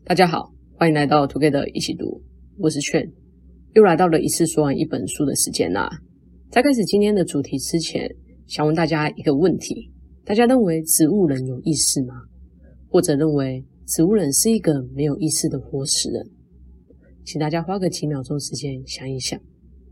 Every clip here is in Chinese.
大家好，欢迎来到 Together 一起读，我是劝，又来到了一次说完一本书的时间啦。在开始今天的主题之前，想问大家一个问题，大家认为植物人有意识吗？或者认为植物人是一个没有意识的活死人？请大家花个几秒钟时间想一想。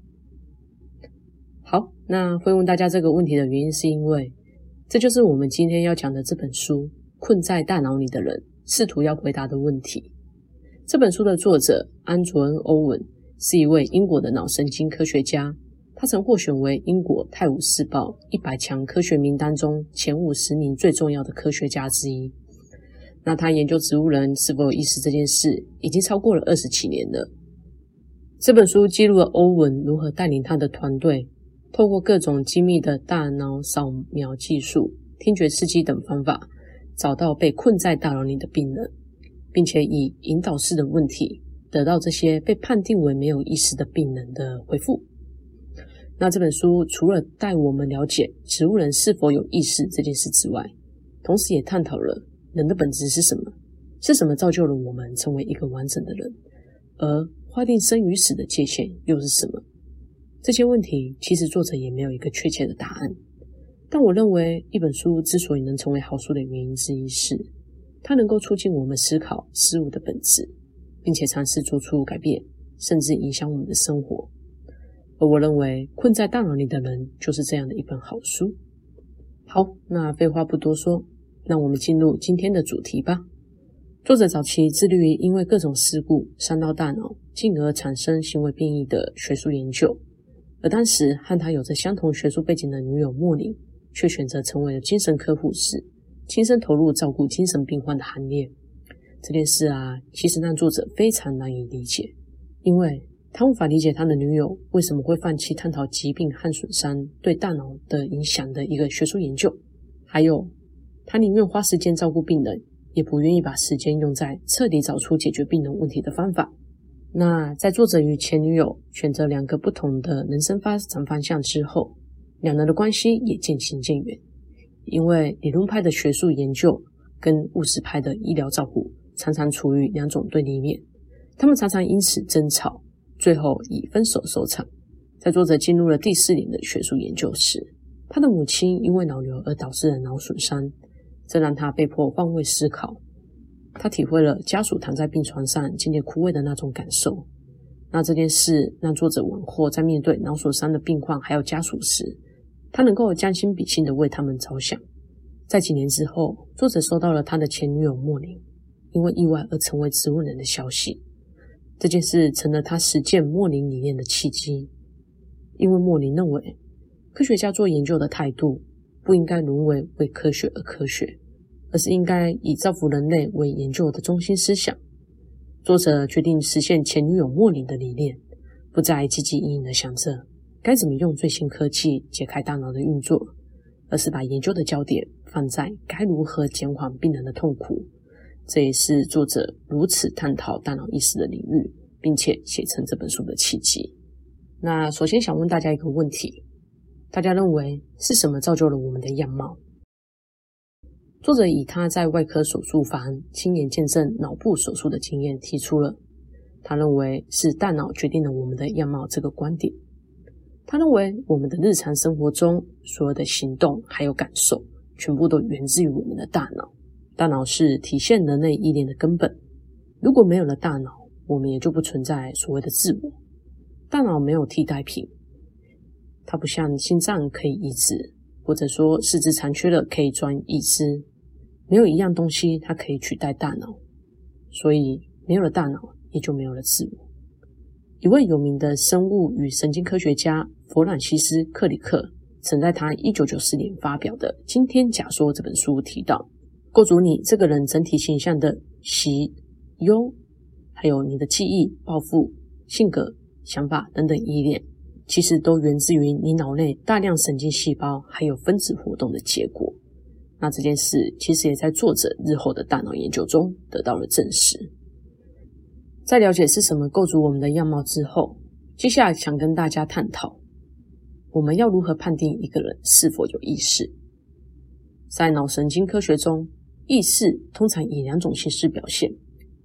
好，那会问大家这个问题的原因是因为这就是我们今天要讲的这本书《困在大脑里的人》试图要回答的问题。这本书的作者安卓恩·欧文是一位英国的脑神经科学家，他曾获选为英国《泰晤士报》100强科学名单中前50名最重要的科学家之一。那他研究植物人是否有意识这件事已经超过了27年了。这本书记录了欧文如何带领他的团队透过各种精密的大脑扫描技术、听觉刺激等方法，找到被困在大脑里的病人，并且以引导式的问题得到这些被判定为没有意识的病人的回复。那这本书除了带我们了解植物人是否有意识这件事之外，同时也探讨了人的本质是什么，是什么造就了我们成为一个完整的人，而划定生与死的界限又是什么？这些问题其实作者也没有一个确切的答案，但我认为一本书之所以能成为好书的原因之一是它能够促进我们思考事物的本质，并且尝试做出改变，甚至影响我们的生活。而我认为困在大脑里的人就是这样的一本好书。好，那废话不多说，让我们进入今天的主题吧。作者早期致力于因为各种事故伤到大脑，进而产生行为变异的学术研究。而当时和他有着相同学术背景的女友莫林，却选择成为了精神科护士，亲身投入照顾精神病患的行列。这件事其实让作者非常难以理解，因为他无法理解他的女友为什么会放弃探讨疾病和损伤对大脑的影响的一个学术研究，还有他宁愿花时间照顾病人，也不愿意把时间用在彻底找出解决病人问题的方法。那在作者与前女友选择两个不同的人生发展方向之后，两人的关系也渐行渐远，因为理论派的学术研究跟务实派的医疗照顾常常处于两种对立面，他们常常因此争吵，最后以分手收场。在作者进入了第4年的学术研究时，他的母亲因为脑瘤而导致了脑损伤，这让他被迫换位思考。他体会了家属躺在病床上渐渐枯萎的那种感受。那这件事让作者往后在面对脑损伤的病患还有家属时，他能够将心比心地为他们着想。在几年之后，作者收到了他的前女友莫林因为意外而成为植物人的消息。这件事成了他实践莫林理念的契机，因为莫林认为科学家做研究的态度不应该沦为为科学而科学，而是应该以造福人类为研究的中心思想。作者决定实现前女友莫林的理念，不再汲汲营营地想着该怎么用最新科技解开大脑的运作，而是把研究的焦点放在该如何减缓病人的痛苦。这也是作者如此探讨大脑意识的领域，并且写成这本书的契机。那首先想问大家一个问题，大家认为是什么造就了我们的样貌？作者以他在外科手术房亲眼见证脑部手术的经验提出了他认为是大脑决定了我们的样貌这个观点。他认为我们的日常生活中所有的行动还有感受全部都源自于我们的大脑。大脑是体现人类意念的根本，如果没有了大脑，我们也就不存在所谓的自我。大脑没有替代品，它不像心脏可以移植，或者说四肢残缺了可以装义肢，没有一样东西它可以取代大脑，所以没有了大脑也就没有了自我。一位有名的生物与神经科学家弗朗西斯·克里克曾在他1994年发表的《今天假说》这本书提到，构筑你这个人整体形象的喜、忧，还有你的记忆、抱负、性格、想法等等依恋，其实都源自于你脑内大量神经细胞还有分子活动的结果。那这件事其实也在作者日后的大脑研究中得到了证实。在了解是什么构筑我们的样貌之后，接下来想跟大家探讨，我们要如何判定一个人是否有意识。在脑神经科学中，意识通常以2种形式表现，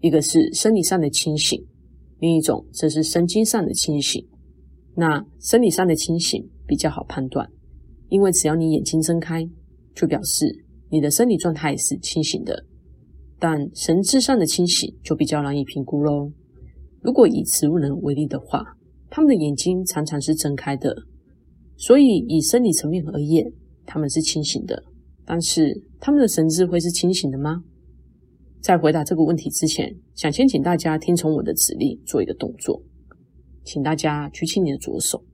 一个是生理上的清醒，另一种则是神经上的清醒。那生理上的清醒比较好判断，因为只要你眼睛睁开，就表示你的生理状态是清醒的。但神智上的清醒就比较难以评估咯。如果以植物人为例的话，他们的眼睛常常是睁开的，所以以生理层面而言，他们是清醒的。但是他们的神智会是清醒的吗？在回答这个问题之前，想先请大家听从我的指令做一个动作，请大家举起你的左手。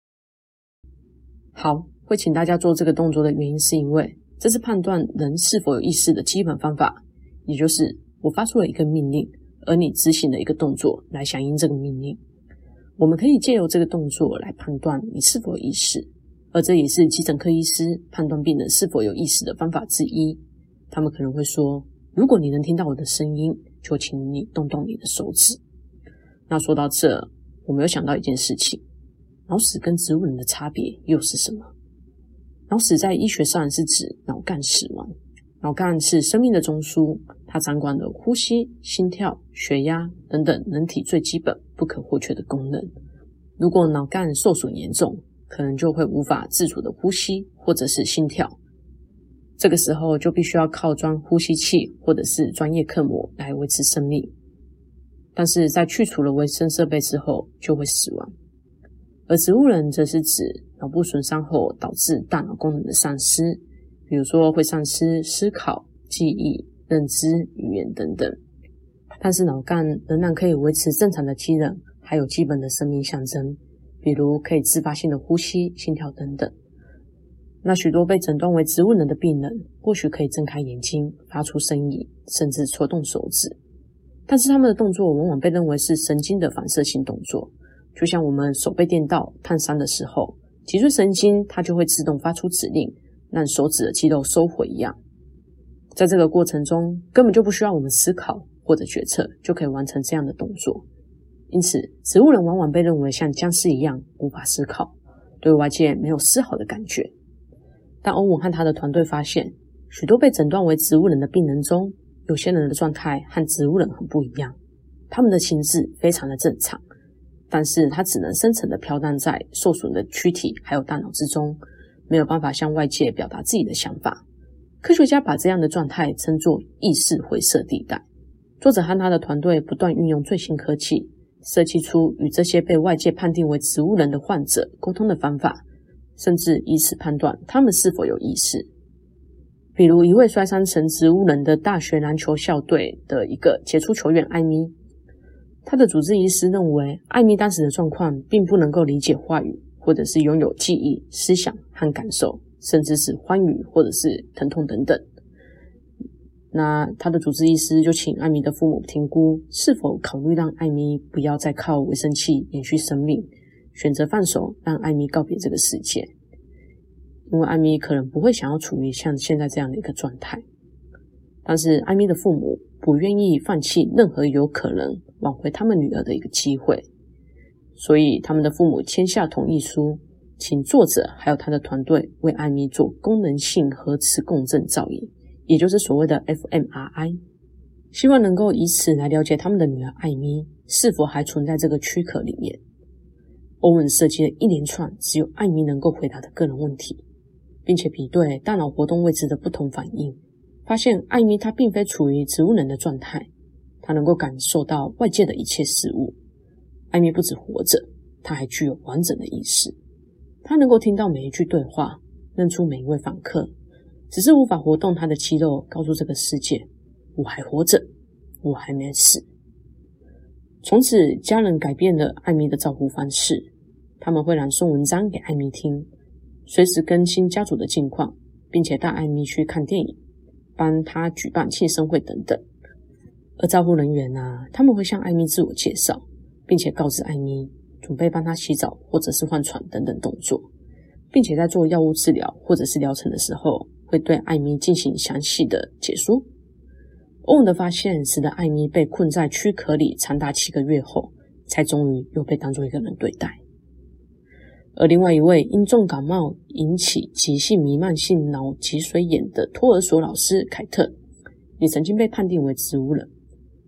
好，会请大家做这个动作的原因是因为这是判断人是否有意识的基本方法，也就是我发出了一个命令，而你执行了一个动作来响应这个命令。我们可以借由这个动作来判断你是否有意识，而这也是急诊科医师判断病人是否有意识的方法之一。他们可能会说，如果你能听到我的声音，就请你动动你的手指。那说到这，我们有想到一件事情，脑死跟植物人的差别又是什么？脑死在医学上是指脑干死亡，脑干是生命的中枢，它掌管了呼吸、心跳、血压等等人体最基本不可或缺的功能。如果脑干受损严重，可能就会无法自主的呼吸或者是心跳，这个时候就必须要靠装呼吸器或者是专业克膜来维持生命。但是在去除了维生设备之后就会死亡。而植物人则是指脑部损伤后导致大脑功能的丧失，比如说会丧失思考、记忆、认知、语言等等。但是脑干仍然可以维持正常的机能，还有基本的生命象征，比如可以自发性的呼吸、心跳等等。那许多被诊断为植物人的病人，或许可以睁开眼睛、发出声音，甚至搓动手指。但是他们的动作往往被认为是神经的反射性动作，就像我们手被电到、烫伤的时候，脊椎神经它就会自动发出指令，让手指的肌肉收回一样。在这个过程中，根本就不需要我们思考或者决策，就可以完成这样的动作。因此，植物人往往被认为像僵尸一样无法思考，对外界没有丝毫的感觉。但欧文和他的团队发现，许多被诊断为植物人的病人中，有些人的状态和植物人很不一样。他们的心智非常的正常，但是他只能深层的飘荡在受损的躯体还有大脑之中，没有办法向外界表达自己的想法。科学家把这样的状态称作意识灰色地带。作者和他的团队不断运用最新科技，设计出与这些被外界判定为植物人的患者沟通的方法，甚至以此判断他们是否有意识。比如一位摔伤成植物人的大学篮球校队的一个杰出球员艾米，他的主治医师认为艾米当时的状况并不能够理解话语，或者是拥有记忆、思想和感受，甚至是欢愉或者是疼痛等等。那他的主治医师就请艾米的父母评估是否考虑让艾米不要再靠维生器延续生命，选择放手让艾米告别这个世界，因为艾米可能不会想要处于像现在这样的一个状态。但是艾米的父母不愿意放弃任何有可能挽回他们女儿的一个机会，所以他们的父母签下同意书，请作者还有他的团队为艾米做功能性核磁共振造影，也就是所谓的 fMRI， 希望能够以此来了解他们的女儿艾米是否还存在这个躯壳里面。欧文设计了一连串只有艾米能够回答的个人问题，并且比对大脑活动位置的不同反应，发现艾米她并非处于植物人的状态，她能够感受到外界的一切事物。艾米不只活着，她还具有完整的意识，她能够听到每一句对话，认出每一位访客，只是无法活动她的肌肉，告诉这个世界我还活着，我还没死。从此家人改变了艾米的照顾方式，他们会朗诵文章给艾米听，随时更新家族的近况，并且带艾米去看电影，帮她举办庆生会等等。而照护人员他们会向艾米自我介绍，并且告知艾米准备帮她洗澡或者是换床等等动作，并且在做药物治疗或者是疗程的时候，会对艾米进行详细的解说。欧文的发现使得艾米被困在躯壳里长达7个月后，才终于又被当作一个人对待。而另外一位因重感冒引起急性弥漫性脑脊髓炎的托儿所老师凯特，也曾经被判定为植物人。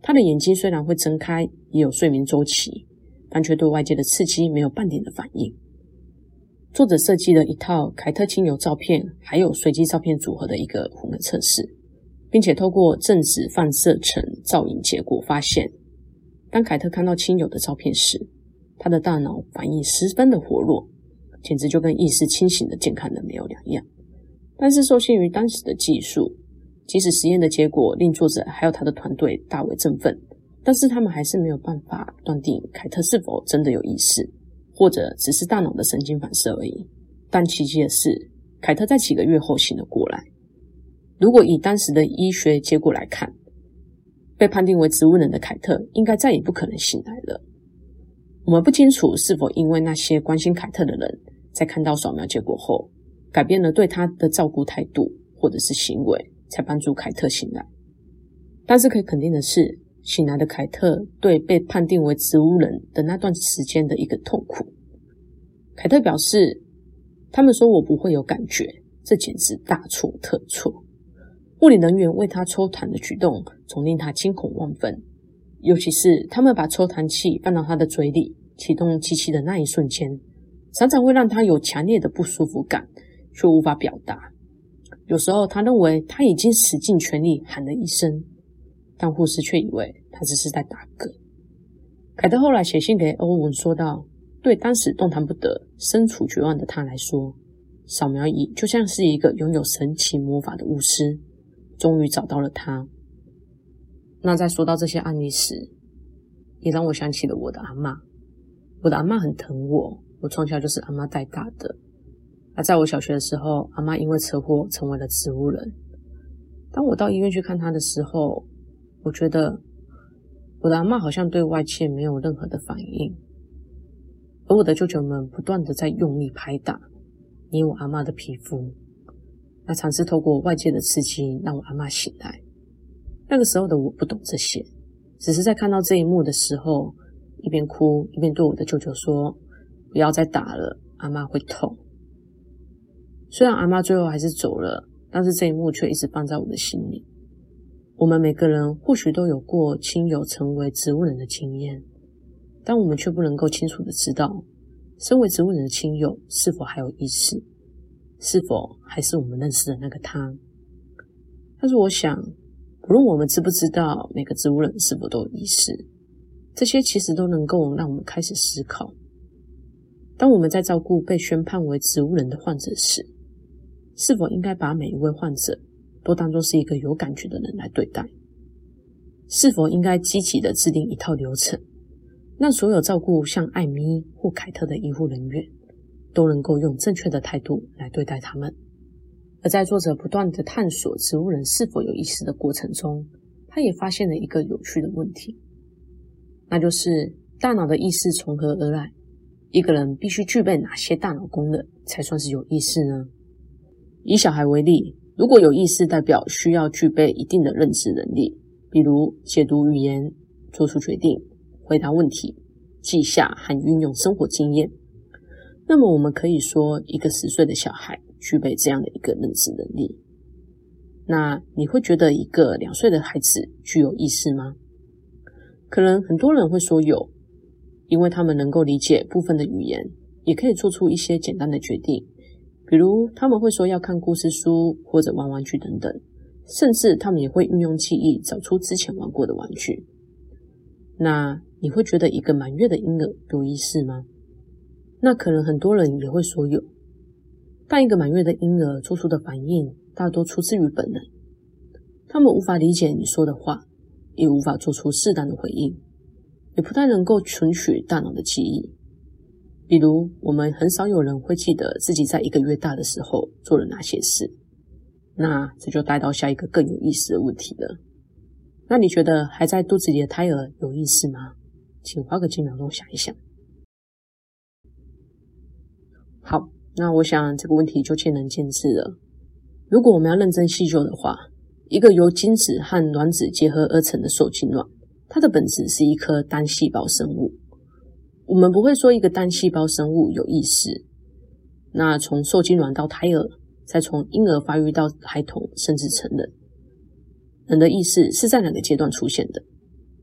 他的眼睛虽然会睁开，也有睡眠周期，但却对外界的刺激没有半点的反应。作者设计了一套凯特亲友照片还有随机照片组合的一个混合测试，并且透过正子放射成造影结果发现，当凯特看到亲友的照片时，他的大脑反应十分的活络，简直就跟意识清醒的健康人没有两样。但是受限于当时的技术，即使实验的结果令作者还有他的团队大为振奋，但是他们还是没有办法断定凯特是否真的有意识，或者只是大脑的神经反射而已。但奇迹的是，凯特在几个月后醒了过来。如果以当时的医学结果来看，被判定为植物人的凯特应该再也不可能醒来了。我们不清楚是否因为那些关心凯特的人在看到扫描结果后改变了对他的照顾态度或者是行为，才帮助凯特醒来。但是可以肯定的是，醒来的凯特对被判定为植物人的那段时间的一个痛苦。凯特表示，他们说我不会有感觉，这简直大错特错。护理人员为他抽痰的举动总令他惊恐万分，尤其是他们把抽痰器放到他的嘴里启动机器的那一瞬间，常常会让他有强烈的不舒服感，却无法表达。有时候他认为他已经使尽全力喊了一声，但护士却以为他只是在打嗝。凯特后来写信给欧文说道，对当时动弹不得、身处绝望的他来说，扫描仪就像是一个拥有神奇魔法的巫师，终于找到了他。那在说到这些案例时，也让我想起了我的阿嬷。我的阿嬷很疼我，我从小就是阿嬷带大的。在我小学的时候，阿嬷因为车祸成为了植物人。当我到医院去看她的时候，我觉得我的阿嬷好像对外界没有任何的反应，而我的舅舅们不断的在用力拍打、捏我阿嬷的皮肤，那尝试透过外界的刺激让我阿嬷醒来。那个时候的我不懂这些，只是在看到这一幕的时候，一边哭一边对我的舅舅说，不要再打了，阿嬷会痛。虽然阿嬷最后还是走了，但是这一幕却一直放在我的心里。我们每个人或许都有过亲友成为植物人的经验，但我们却不能够清楚的知道，身为植物人的亲友是否还有意识，是否还是我们认识的那个他。但是我想，不论我们知不知道每个植物人是否都有意识，这些其实都能够让我们开始思考，当我们在照顾被宣判为植物人的患者时，是否应该把每一位患者都当作是一个有感觉的人来对待？是否应该积极的制定一套流程，让所有照顾像艾米或凯特的医护人员都能够用正确的态度来对待他们？而在作者不断的探索植物人是否有意识的过程中，他也发现了一个有趣的问题，那就是大脑的意识从何而来？一个人必须具备哪些大脑功能才算是有意识呢？以小孩为例，如果有意识，代表需要具备一定的认知能力，比如解读语言、做出决定、回答问题、记下和运用生活经验。那么我们可以说，一个10岁的小孩具备这样的一个认知能力。那你会觉得一个2岁的孩子具有意识吗？可能很多人会说有，因为他们能够理解部分的语言，也可以做出一些简单的决定，比如他们会说要看故事书或者玩玩具等等，甚至他们也会运用记忆找出之前玩过的玩具。那你会觉得一个满月的婴儿有意识吗？那可能很多人也会说有，但一个满月的婴儿做出的反应大多出自于本能，他们无法理解你说的话，也无法做出适当的回应，也不太能够存取大脑的记忆。比如我们很少有人会记得自己在1个月大的时候做了哪些事，那这就带到下一个更有意思的问题了。那你觉得还在肚子里的胎儿有意识吗？请花个几秒钟想一想。好，那我想这个问题就见仁见智了。如果我们要认真细究的话，一个由精子和卵子结合而成的受精卵，它的本质是一颗单细胞生物。我们不会说一个单细胞生物有意识。那从受精卵到胎儿，再从婴儿发育到孩童甚至成人，人的意识是在哪个阶段出现的？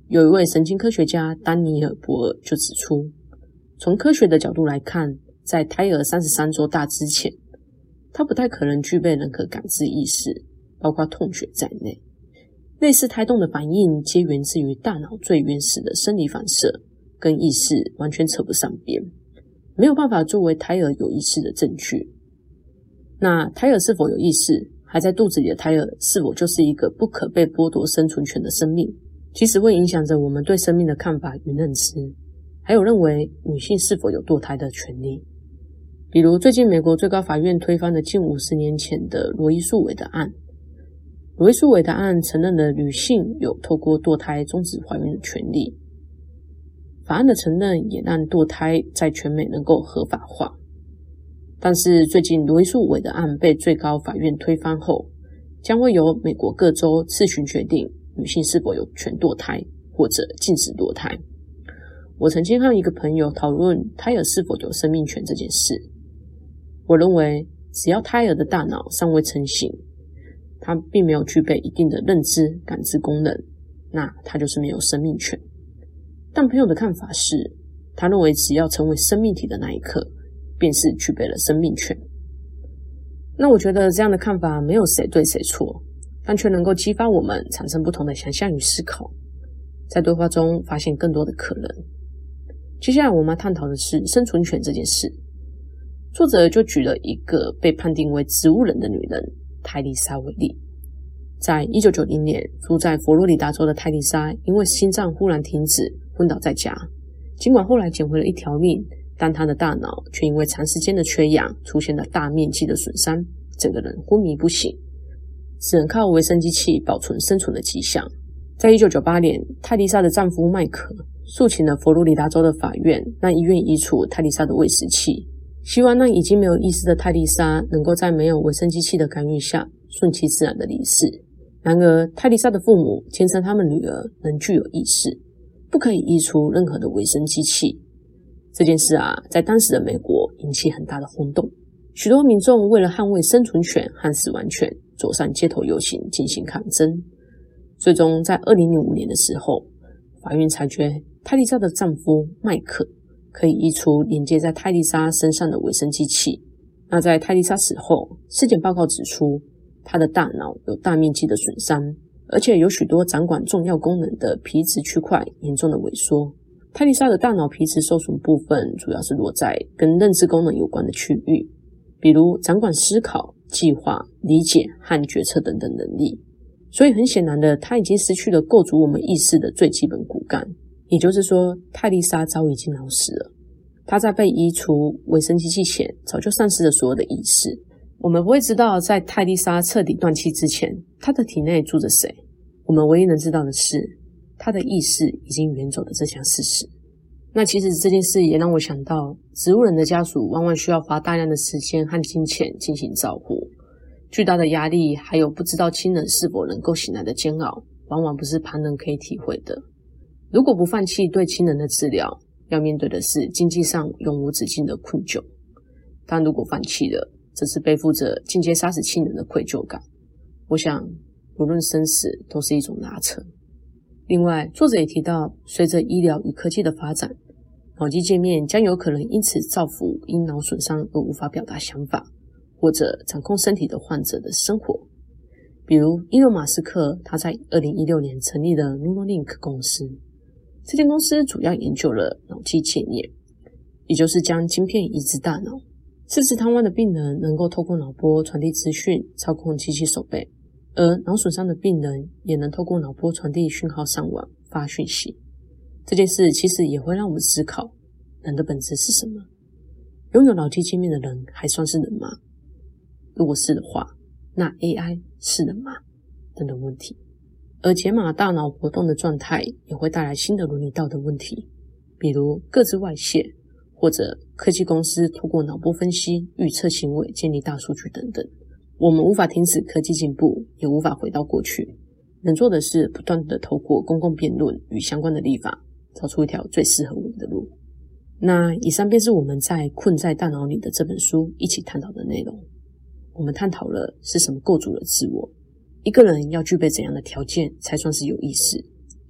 有一位神经科学家丹尼尔·博尔就指出，从科学的角度来看，在胎儿33周大之前，他不太可能具备任何感知意识，包括痛觉在内。类似胎动的反应皆源自于大脑最原始的生理反射，跟意识完全扯不上边，没有办法作为胎儿有意识的证据。那胎儿是否有意识，还在肚子里的胎儿是否就是一个不可被剥夺生存权的生命，其实会影响着我们对生命的看法与认知，还有认为女性是否有堕胎的权利。比如最近美国最高法院推翻了近50年前的罗伊诉韦德案。罗伊诉韦德案承认了女性有透过堕胎终止怀孕的权利，法案的承认也让堕胎在全美能够合法化。但是最近罗伊诉韦德案被最高法院推翻后，将会由美国各州自行决定女性是否有权堕胎或者禁止堕胎。我曾经和一个朋友讨论胎儿是否有生命权这件事，我认为只要胎儿的大脑尚未成型，他并没有具备一定的认知感知功能，那他就是没有生命权。但朋友的看法是，他认为只要成为生命体的那一刻，便是具备了生命权。那我觉得这样的看法没有谁对谁错，但却能够激发我们产生不同的想象与思考，在对话中发现更多的可能。接下来我们要探讨的是生存权这件事。作者就举了一个被判定为植物人的女人泰丽莎为例。在1990年，住在佛罗里达州的泰丽莎因为心脏忽然停止，昏倒在家。尽管后来捡回了一条命，但她的大脑却因为长时间的缺氧出现了大面积的损伤，整个人昏迷不醒，只能靠维生机器保存生存的迹象。在1998年，泰丽莎的丈夫麦克诉请了佛罗里达州的法院，让医院移除泰丽莎的喂食器，希望让已经没有意识的泰丽莎能够在没有维生机器的干预下顺其自然的离世。然而泰丽莎的父母坚称他们女儿能具有意识，不可以移除任何的维生机器。这件事在当时的美国引起很大的轰动，许多民众为了捍卫生存权和死亡权走上街头游行进行抗争。最终在2005年的时候，法院裁决泰丽莎的丈夫麦克可以移除连接在泰丽莎身上的维生机器。那在泰丽莎死后，尸检报告指出她的大脑有大面积的损伤，而且有许多掌管重要功能的皮质区块严重的萎缩。泰丽莎的大脑皮质受损部分主要是落在跟认知功能有关的区域，比如掌管思考、计划、理解和决策等等能力。所以很显然的，她已经失去了构筑我们意识的最基本骨干，也就是说泰丽莎早已经老死了。她在被移除维生机器前早就丧失了所有的意识。我们不会知道在泰丽莎彻底断气之前，她的体内住着谁。我们唯一能知道的是，她的意识已经远走的这项事实。那其实这件事也让我想到，植物人的家属往往需要花大量的时间和金钱进行照护，巨大的压力还有不知道亲人是否能够醒来的煎熬，往往不是旁人可以体会的。如果不放弃对亲人的治疗，要面对的是经济上永无止境的困窘；但如果放弃了，则是背负着间接杀死亲人的愧疚感。我想无论生死都是一种拉扯。另外，作者也提到，随着医疗与科技的发展，脑机界面将有可能因此造福因脑损伤而无法表达想法或者掌控身体的患者的生活。比如伊隆马斯克，他在2016年成立了 Neuralink 公司。这间公司主要研究了脑机界面，也就是将晶片移植大脑。四肢瘫痪的病人能够透过脑波传递资讯，操控机器手背，而脑损伤的病人也能透过脑波传递讯号上网发讯息。这件事其实也会让我们思考，人的本质是什么？拥有脑机界面的人还算是人吗？如果是的话，那 AI 是人吗？等等问题。而解码大脑活动的状态也会带来新的伦理道德问题，比如个资外泄，或者科技公司透过脑波分析预测行为，建立大数据等等。我们无法停止科技进步，也无法回到过去，能做的是不断的透过公共辩论与相关的立法，找出一条最适合我们的路。那以上便是我们在《困在大脑里》的这本书一起探讨的内容。我们探讨了是什么构筑了自我，一个人要具备怎样的条件才算是有意识，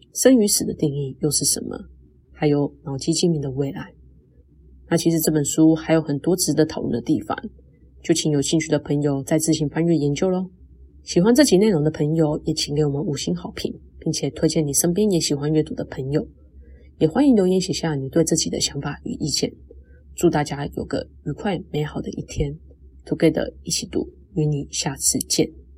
生与死的定义又是什么？还有脑机精灵的未来。那其实这本书还有很多值得讨论的地方，就请有兴趣的朋友再自行翻阅研究咯。喜欢这集内容的朋友也请给我们5星好评，并且推荐你身边也喜欢阅读的朋友，也欢迎留言写下你对自己的想法与意见。祝大家有个愉快美好的一天， Together 一起读，与你下次见。